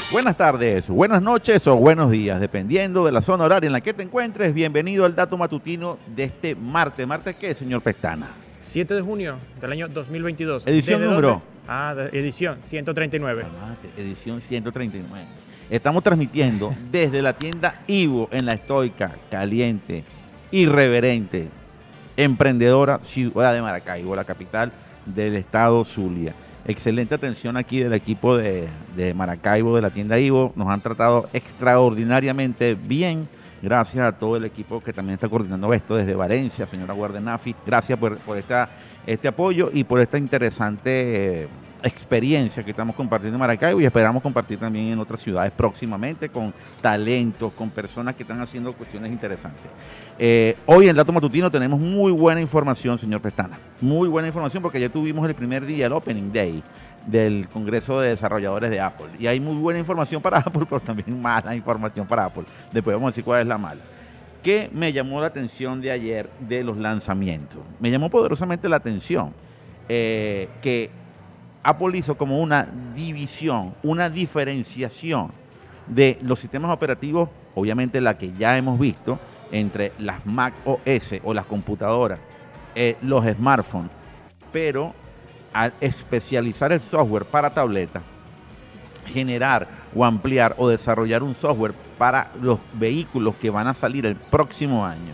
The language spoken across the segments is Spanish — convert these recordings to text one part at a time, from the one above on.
Buenas tardes, buenas noches o buenos días, dependiendo de la zona horaria en la que te encuentres. Bienvenido al Dato Matutino de este martes. ¿Martes qué, señor Pestana? 7 de junio del año 2022. ¿Edición número? Edición 139. Edición 139. Estamos transmitiendo desde la tienda Ivo en la estoica, caliente, irreverente, emprendedora ciudad de Maracaibo, la capital del estado Zulia. Excelente atención aquí del equipo de Maracaibo, de la tienda Ivo. Nos han tratado extraordinariamente bien. Gracias a todo el equipo que también está coordinando esto desde Valencia, señora Guardenafi. Gracias por este apoyo y por esta interesante experiencia que estamos compartiendo en Maracaibo, y esperamos compartir también en otras ciudades próximamente con talentos, con personas que están haciendo cuestiones interesantes. Hoy en el Dato Matutino tenemos muy buena información, señor Pestana. Muy buena información porque ya tuvimos el primer día, el Opening Day del Congreso de Desarrolladores de Apple. Y hay muy buena información para Apple, pero también mala información para Apple. Después vamos a decir cuál es la mala. ¿Qué me llamó la atención de ayer de los lanzamientos? Me llamó poderosamente la atención que Apple hizo como una división, una diferenciación de los sistemas operativos, obviamente la que ya hemos visto, entre las Mac OS o las computadoras, los smartphones, pero al especializar el software para tabletas, generar o ampliar o desarrollar un software para los vehículos que van a salir el próximo año,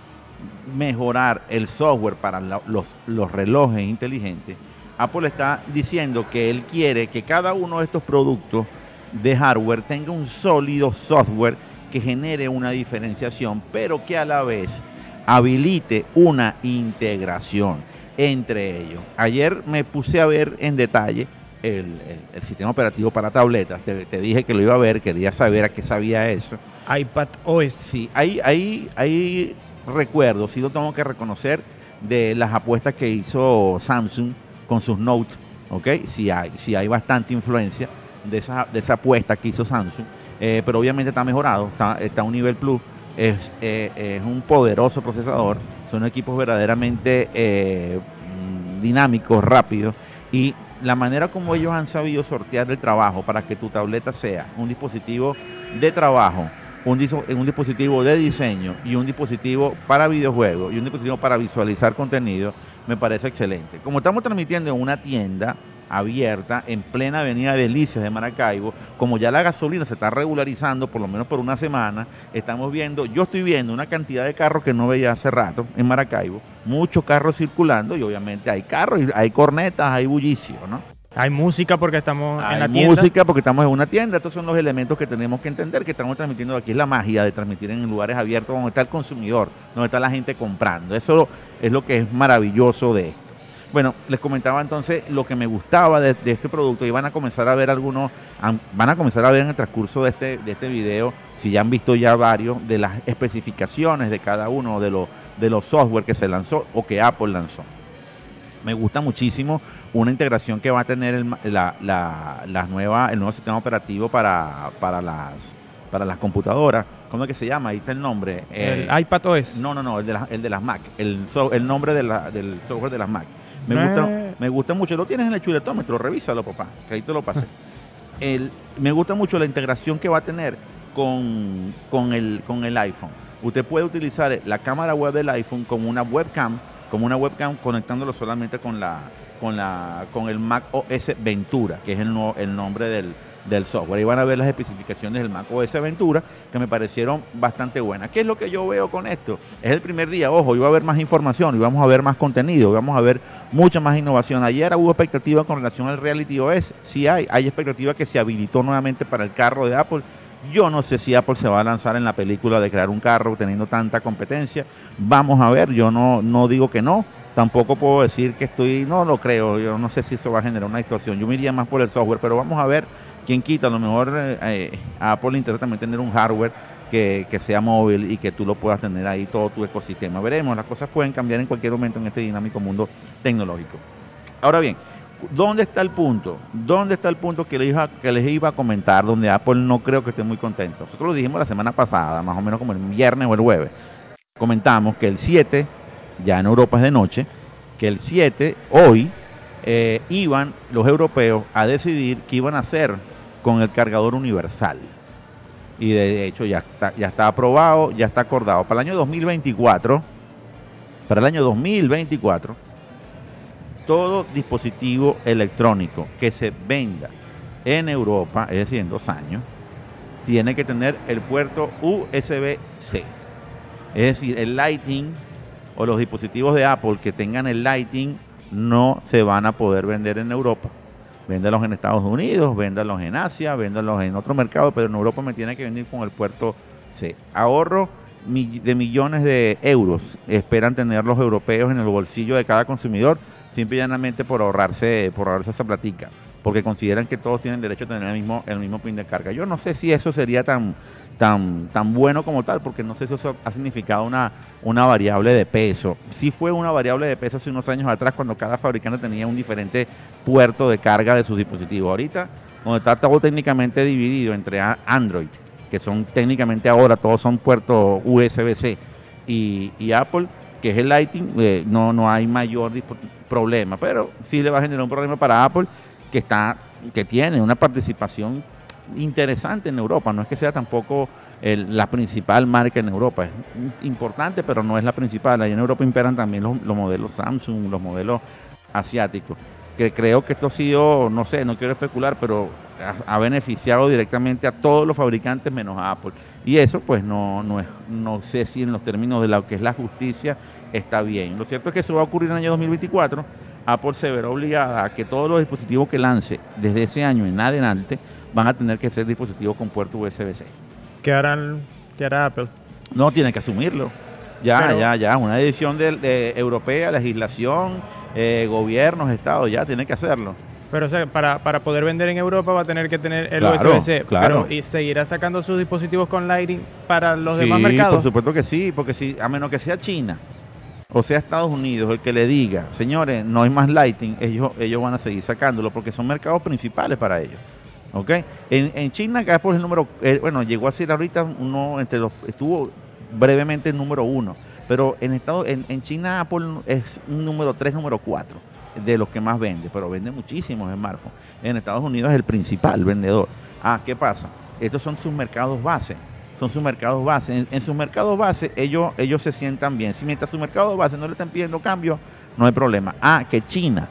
mejorar el software para los relojes inteligentes. Apple está diciendo que él quiere que cada uno de estos productos de hardware tenga un sólido software que genere una diferenciación, pero que a la vez habilite una integración entre ellos. Ayer me puse a ver en detalle el sistema operativo para tabletas. Te dije que lo iba a ver, quería saber a qué sabía eso. iPad OS. Sí, hay recuerdos, sí lo tengo que reconocer, de las apuestas que hizo Samsung con sus Note, ¿ok? Sí hay bastante influencia de esa apuesta que hizo Samsung, pero obviamente está mejorado, está a un nivel plus, es un poderoso procesador, son equipos verdaderamente dinámicos, rápidos, y la manera como ellos han sabido sortear el trabajo para que tu tableta sea un dispositivo de trabajo, un dispositivo de diseño y un dispositivo para videojuegos y un dispositivo para visualizar contenido, me parece excelente. Como estamos transmitiendo en una tienda abierta en plena avenida Delicias de Maracaibo, como ya la gasolina se está regularizando por lo menos por una semana, yo estoy viendo una cantidad de carros que no veía hace rato en Maracaibo, muchos carros circulando, y obviamente hay carros, hay cornetas, hay bullicio, ¿no? Hay música porque estamos en la tienda. Hay música porque estamos en una tienda. Estos son los elementos que tenemos que entender, que estamos transmitiendo aquí. Es la magia de transmitir en lugares abiertos donde está el consumidor, donde está la gente comprando. Eso es lo que es maravilloso de esto. Bueno, les comentaba entonces lo que me gustaba de este producto, y van a comenzar a ver en el transcurso de este video, si ya han visto ya varios, de las especificaciones de cada uno de los software que se lanzó o que Apple lanzó. Me gusta muchísimo una integración que va a tener el nuevo sistema operativo para las computadoras. ¿Cómo es que se llama? Ahí está el nombre. El iPad OS. No, el de las Mac. El nombre del software de las Mac. Me gusta mucho. Lo tienes en el chuletómetro, revísalo, papá, que ahí te lo pasé. Me gusta mucho la integración que va a tener con el iPhone. Usted puede utilizar la cámara web del iPhone como una webcam conectándolo solamente con el Mac OS Ventura, que es el nombre del software. Y van a ver las especificaciones del Mac OS Ventura, que me parecieron bastante buenas. ¿Qué es lo que yo veo con esto? Es el primer día, ojo, iba a haber más información, y vamos a ver más contenido, y vamos a ver mucha más innovación. Ayer hubo expectativa con relación al Reality OS. Sí hay expectativa que se habilitó nuevamente para el carro de Apple. Yo no sé si Apple se va a lanzar en la película de crear un carro teniendo tanta competencia. Vamos a ver, yo no digo que no, tampoco puedo decir que no lo creo, yo no sé si eso va a generar una distorsión. Yo me iría más por el software, pero vamos a ver quién quita. A lo mejor a Apple le interesa también tener un hardware que sea móvil y que tú lo puedas tener ahí todo tu ecosistema. Veremos, las cosas pueden cambiar en cualquier momento en este dinámico mundo tecnológico. Ahora bien, ¿dónde está el punto? ¿Dónde está el punto que les iba a comentar, donde Apple no creo que esté muy contento? Nosotros lo dijimos la semana pasada, más o menos como el viernes o el jueves. Comentamos que el 7, ya en Europa es de noche, que el 7, hoy, iban los europeos a decidir qué iban a hacer con el cargador universal. Y de hecho ya está aprobado, ya está acordado. Para el año 2024, todo dispositivo electrónico que se venda en Europa, es decir, en 2 años, tiene que tener el puerto USB-C. Es decir, el Lightning o los dispositivos de Apple que tengan el Lightning no se van a poder vender en Europa. Véndalos en Estados Unidos, véndalos en Asia, véndalos en otro mercado, pero en Europa me tiene que venir con el puerto C. Ahorro de millones de euros esperan tener los europeos en el bolsillo de cada consumidor, simple y llanamente por ahorrarse esa platica, porque consideran que todos tienen derecho a tener el mismo pin de carga. Yo no sé si eso sería tan bueno como tal, porque no sé si eso ha significado una variable de peso. Sí fue una variable de peso hace unos años atrás, cuando cada fabricante tenía un diferente puerto de carga de sus dispositivos. Ahorita, donde está todo técnicamente dividido entre Android, que son técnicamente ahora todos son puertos USB-C, y Apple, que es el Lightning, no hay mayor problema, pero sí le va a generar un problema para Apple, que tiene una participación interesante en Europa. No es que sea tampoco la principal marca en Europa, es importante, pero no es la principal. Ahí en Europa imperan también los modelos Samsung, los modelos asiáticos, que creo que esto ha sido, no sé, no quiero especular, pero ha beneficiado directamente a todos los fabricantes menos a Apple. Y eso pues no sé si en los términos de lo que es la justicia está bien. Lo cierto es que eso va a ocurrir en el año 2024. Apple se verá obligada a que todos los dispositivos que lance desde ese año en adelante van a tener que ser dispositivos con puerto USB-C. ¿Qué hará Apple? No, tiene que asumirlo. Ya. Una decisión de europea, legislación, gobiernos, estados, ya tiene que hacerlo. Pero o sea, para poder vender en Europa va a tener que tener el Claro, USB-C. claro. Pero, ¿y seguirá sacando sus dispositivos con Lightning para los Sí, demás mercados? por supuesto que sí, porque si, a menos que sea China o sea Estados Unidos el que le diga, señores, no hay más Lightning, ellos van a seguir sacándolo, porque son mercados principales para ellos. ¿Ok? En China, que Apple es el número, llegó a ser ahorita estuvo brevemente el número 1, pero en China Apple es un número 3, número 4 de los que más vende, pero vende muchísimos smartphones. En Estados Unidos es el principal vendedor. ¿Qué pasa? Estos son sus mercados base. En sus mercados base ellos se sientan bien. Si mientras su mercado base no le están pidiendo cambio, no hay problema. Que China,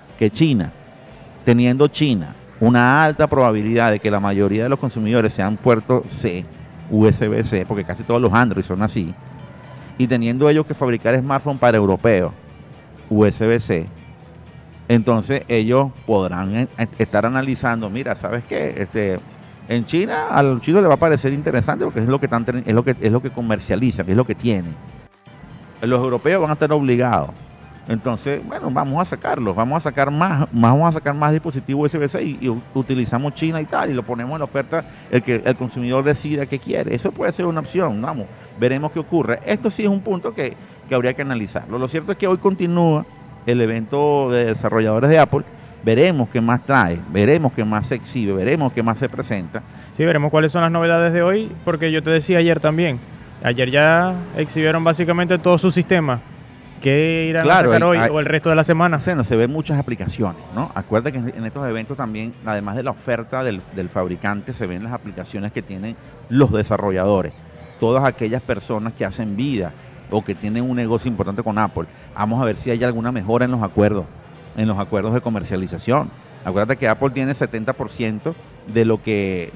teniendo China una alta probabilidad de que la mayoría de los consumidores sean puertos C, USB-C, porque casi todos los Android son así, y teniendo ellos que fabricar smartphones para europeos, USB-C, entonces ellos podrán estar analizando, mira, ¿sabes qué? En China, al chino le va a parecer interesante porque es lo que comercializan, es lo que tienen. Los europeos van a estar obligados. Entonces, vamos a sacarlos, vamos a sacar más dispositivos USB-C y utilizamos China y tal, y lo ponemos en la oferta, el consumidor decida qué quiere. Eso puede ser una opción, veremos qué ocurre. Esto sí es un punto que habría que analizarlo. Lo cierto es que hoy continúa el evento de desarrolladores de Apple. Veremos qué más trae, veremos qué más se exhibe, veremos qué más se presenta. Sí, veremos cuáles son las novedades de hoy, porque yo te decía ayer también. Ayer ya exhibieron básicamente todo su sistema. ¿Qué irán a sacar hoy o el resto de la semana? Se ven muchas aplicaciones, ¿no? Acuérdate que en estos eventos también, además de la oferta del fabricante, se ven las aplicaciones que tienen los desarrolladores. Todas aquellas personas que hacen vida o que tienen un negocio importante con Apple. Vamos a ver si hay alguna mejora en los acuerdos de comercialización. Acuérdate que Apple tiene 70% de lo que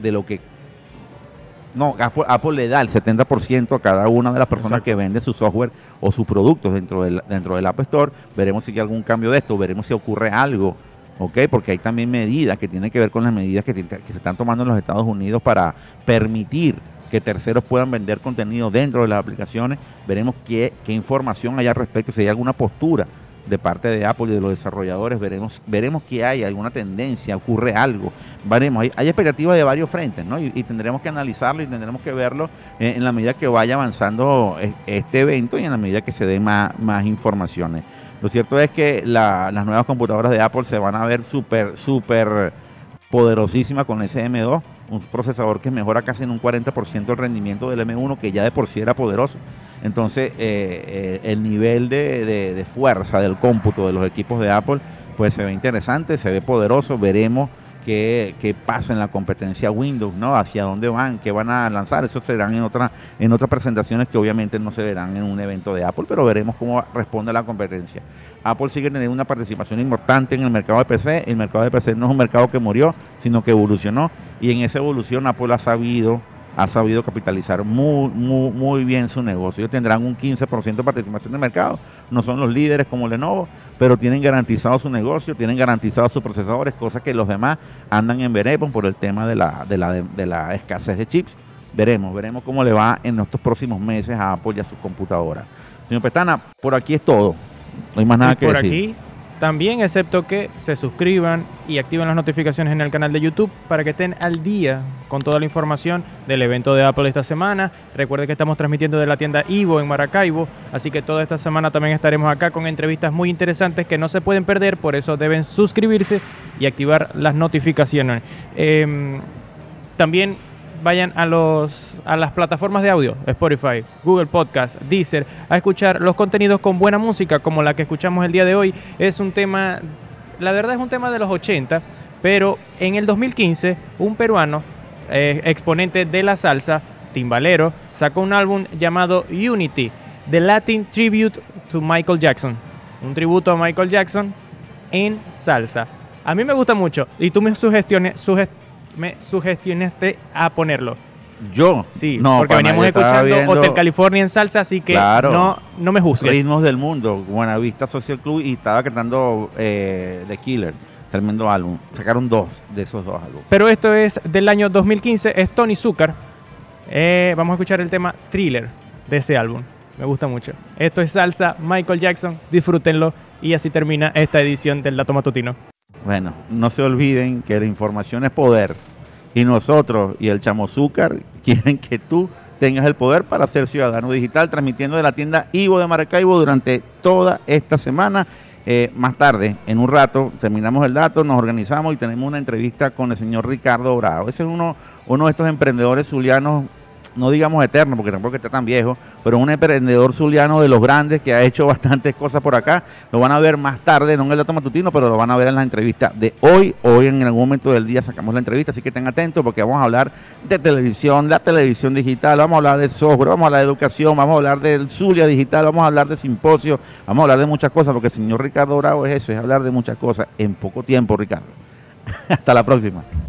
Apple le da el 70% a cada una de las personas que vende su software o sus productos dentro del App Store. Veremos si hay algún cambio de esto, veremos si ocurre algo, ¿ok? Porque hay también medidas que tienen que ver con las medidas que se están tomando en los Estados Unidos para permitir que terceros puedan vender contenido dentro de las aplicaciones. Veremos qué información hay al respecto, si hay alguna postura de parte de Apple y de los desarrolladores. Veremos que hay alguna tendencia, ocurre algo. Hay expectativas de varios frentes, ¿no? Y tendremos que analizarlo y tendremos que verlo en la medida que vaya avanzando este evento y en la medida que se den más informaciones. Lo cierto es que las nuevas computadoras de Apple se van a ver súper poderosísimas con ese M2, un procesador que mejora casi en un 40% el rendimiento del M1, que ya de por sí era poderoso. Entonces, el nivel de fuerza del cómputo de los equipos de Apple, pues se ve interesante, se ve poderoso. Veremos qué pasa en la competencia Windows, ¿no? Hacia dónde van, qué van a lanzar. Eso se dan en otras presentaciones que obviamente no se verán en un evento de Apple, pero veremos cómo responde la competencia. Apple sigue teniendo una participación importante en el mercado de PC. El mercado de PC no es un mercado que murió, sino que evolucionó, y en esa evolución Apple ha sabido capitalizar muy bien su negocio. Ellos tendrán un 15% de participación de mercado, no son los líderes como Lenovo, pero tienen garantizado su negocio, tienen garantizados sus procesadores, cosas que los demás andan en veremos por el tema de la escasez de chips. Veremos cómo le va en estos próximos meses a Apple y a sus computadoras. Señor Pestana, por aquí es todo. No hay más nada que decir. Por aquí también, excepto que se suscriban y activen las notificaciones en el canal de YouTube para que estén al día con toda la información del evento de Apple esta semana. Recuerden que estamos transmitiendo de la tienda Ivo en Maracaibo, así que toda esta semana también estaremos acá con entrevistas muy interesantes que no se pueden perder, por eso deben suscribirse y activar las notificaciones. También vayan a las plataformas de audio, Spotify, Google Podcast, Deezer, a escuchar los contenidos con buena música, como la que escuchamos el día de hoy. Es un tema, la verdad es un tema de los 80, pero en el 2015, un peruano, exponente de la salsa, timbalero, sacó un álbum llamado Unity, The Latin Tribute to Michael Jackson. Un tributo a Michael Jackson en salsa. A mí me gusta mucho, y tú me sugestionaste a ponerlo. ¿Yo? Sí, no, porque veníamos escuchando Hotel California en salsa, así que claro, no me juzgues. Ritmos del Mundo, Buenavista Social Club, y estaba cantando The Killer, tremendo álbum. Sacaron 2 de esos 2 álbumes. Pero esto es del año 2015, es Tony Zucker. Vamos a escuchar el tema Thriller de ese álbum. Me gusta mucho. Esto es salsa, Michael Jackson, disfrútenlo, y así termina esta edición del Dato Matutino. Bueno, no se olviden que la información es poder, y nosotros y el Chamo Zúcar quieren que tú tengas el poder para ser ciudadano digital, transmitiendo de la tienda Ivo de Maracaibo durante toda esta semana. Más tarde, en un rato, terminamos el dato, nos organizamos y tenemos una entrevista con el señor Ricardo Bravo. Ese es uno de estos emprendedores zulianos, no digamos eterno, porque tampoco esté tan viejo, pero un emprendedor zuliano de los grandes que ha hecho bastantes cosas por acá. Lo van a ver más tarde, no en el Dato Matutino, pero lo van a ver en la entrevista de hoy. Hoy en algún momento del día sacamos la entrevista, así que estén atentos porque vamos a hablar de televisión, la televisión digital, vamos a hablar de software, vamos a hablar de educación, vamos a hablar del Zulia Digital, vamos a hablar de simposio, vamos a hablar de muchas cosas, porque el señor Ricardo Bravo es eso, es hablar de muchas cosas en poco tiempo, Ricardo. Hasta la próxima.